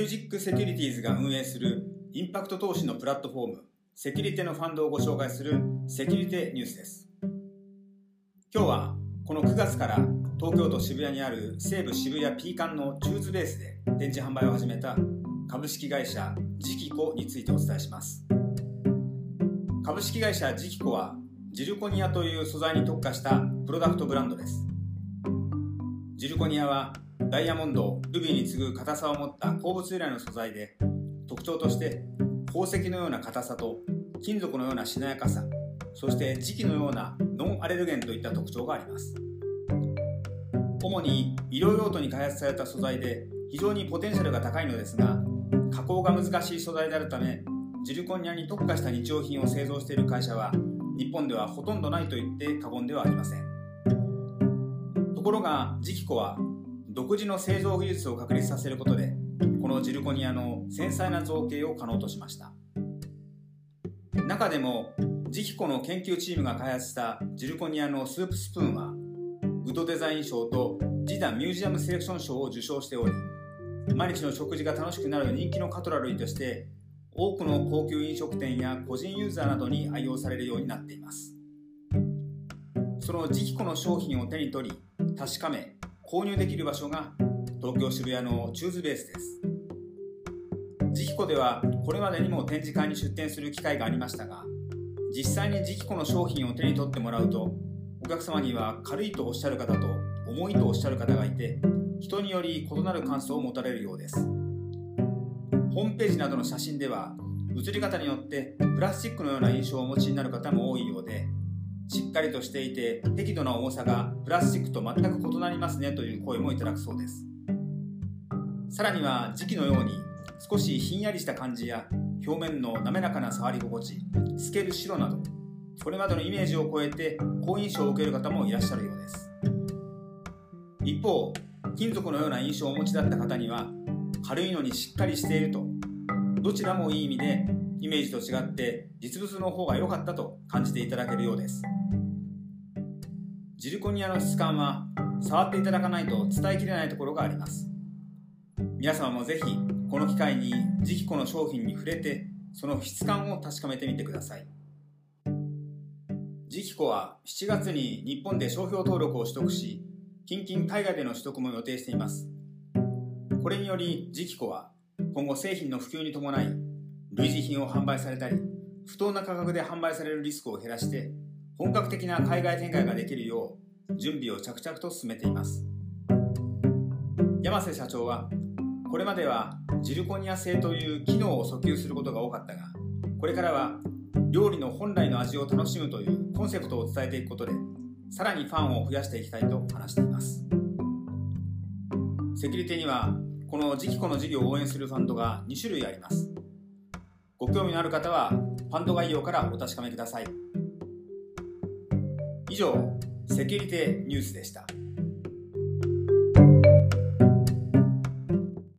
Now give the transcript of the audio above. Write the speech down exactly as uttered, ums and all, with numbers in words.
ミュージックセキュリティーズが運営するインパクト投資のプラットフォームセキュリテのファンドをご紹介するセキュリテニュースです。今日はこのくがつから東京都渋谷にある西武渋谷ピーカンのチューズベースで展示販売を始めた株式会社ジキコについてお伝えします。株式会社ジキコはジルコニアという素材に特化したプロダクトブランドです。ジルコニアはダイヤモンド、ルビーに次ぐ硬さを持った鉱物由来の素材で、特徴として宝石のような硬さと金属のようなしなやかさ、そして磁気のようなノンアレルゲンといった特徴があります。主に医療用途に開発された素材で非常にポテンシャルが高いのですが、加工が難しい素材であるため、ジルコニアに特化した日用品を製造している会社は日本ではほとんどないと言って過言ではありません。ところがジキコは独自の製造技術を確立させることで、このジルコニアの繊細な造形を可能としました。中でもジキコの研究チームが開発したジルコニアのスープスプーンはグッドデザイン賞とジダミュージアムセレクション賞を受賞しており、毎日の食事が楽しくなる人気のカトラリーとして多くの高級飲食店や個人ユーザーなどに愛用されるようになっています。そのジキコの商品を手に取り確かめ購入できる場所が東京渋谷のチューズベースです。ジキコではこれまでにも展示会に出展する機会がありましたが、実際にジキコの商品を手に取ってもらうと、お客様には軽いとおっしゃる方と重いとおっしゃる方がいて、人により異なる感想を持たれるようです。ホームページなどの写真では写り方によってプラスチックのような印象をお持ちになる方も多いようで、しっかりとしていて適度な重さがプラスチックと全く異なりますねという声もいただくそうです。さらには磁気のように少しひんやりした感じや表面の滑らかな触り心地、透ける白など、これまでのイメージを超えて好印象を受ける方もいらっしゃるようです。一方、金属のような印象をお持ちだった方には軽いのにしっかりしていると、どちらもいい意味でイメージと違って実物の方が良かったと感じていただけるようです。ジルコニアの質感は触っていただかないと伝えきれないところがあります。皆様もぜひこの機会にジキコの商品に触れて、その質感を確かめてみてください。ジキコはしちがつに日本で商標登録を取得し、近々海外での取得も予定しています。これによりジキコは今後製品の普及に伴い類似品を販売されたり、不当な価格で販売されるリスクを減らして本格的な海外展開ができるよう準備を着々と進めています。山瀬社長は、これまではジルコニア製という機能を訴求することが多かったが、これからは料理の本来の味を楽しむというコンセプトを伝えていくことで、さらにファンを増やしていきたいと話しています。セキュリティにはこのジキコの事業を応援するファンドがにしゅるいあります。ご興味のある方はファンド概要からお確かめください。以上、セキュリテニュースでした。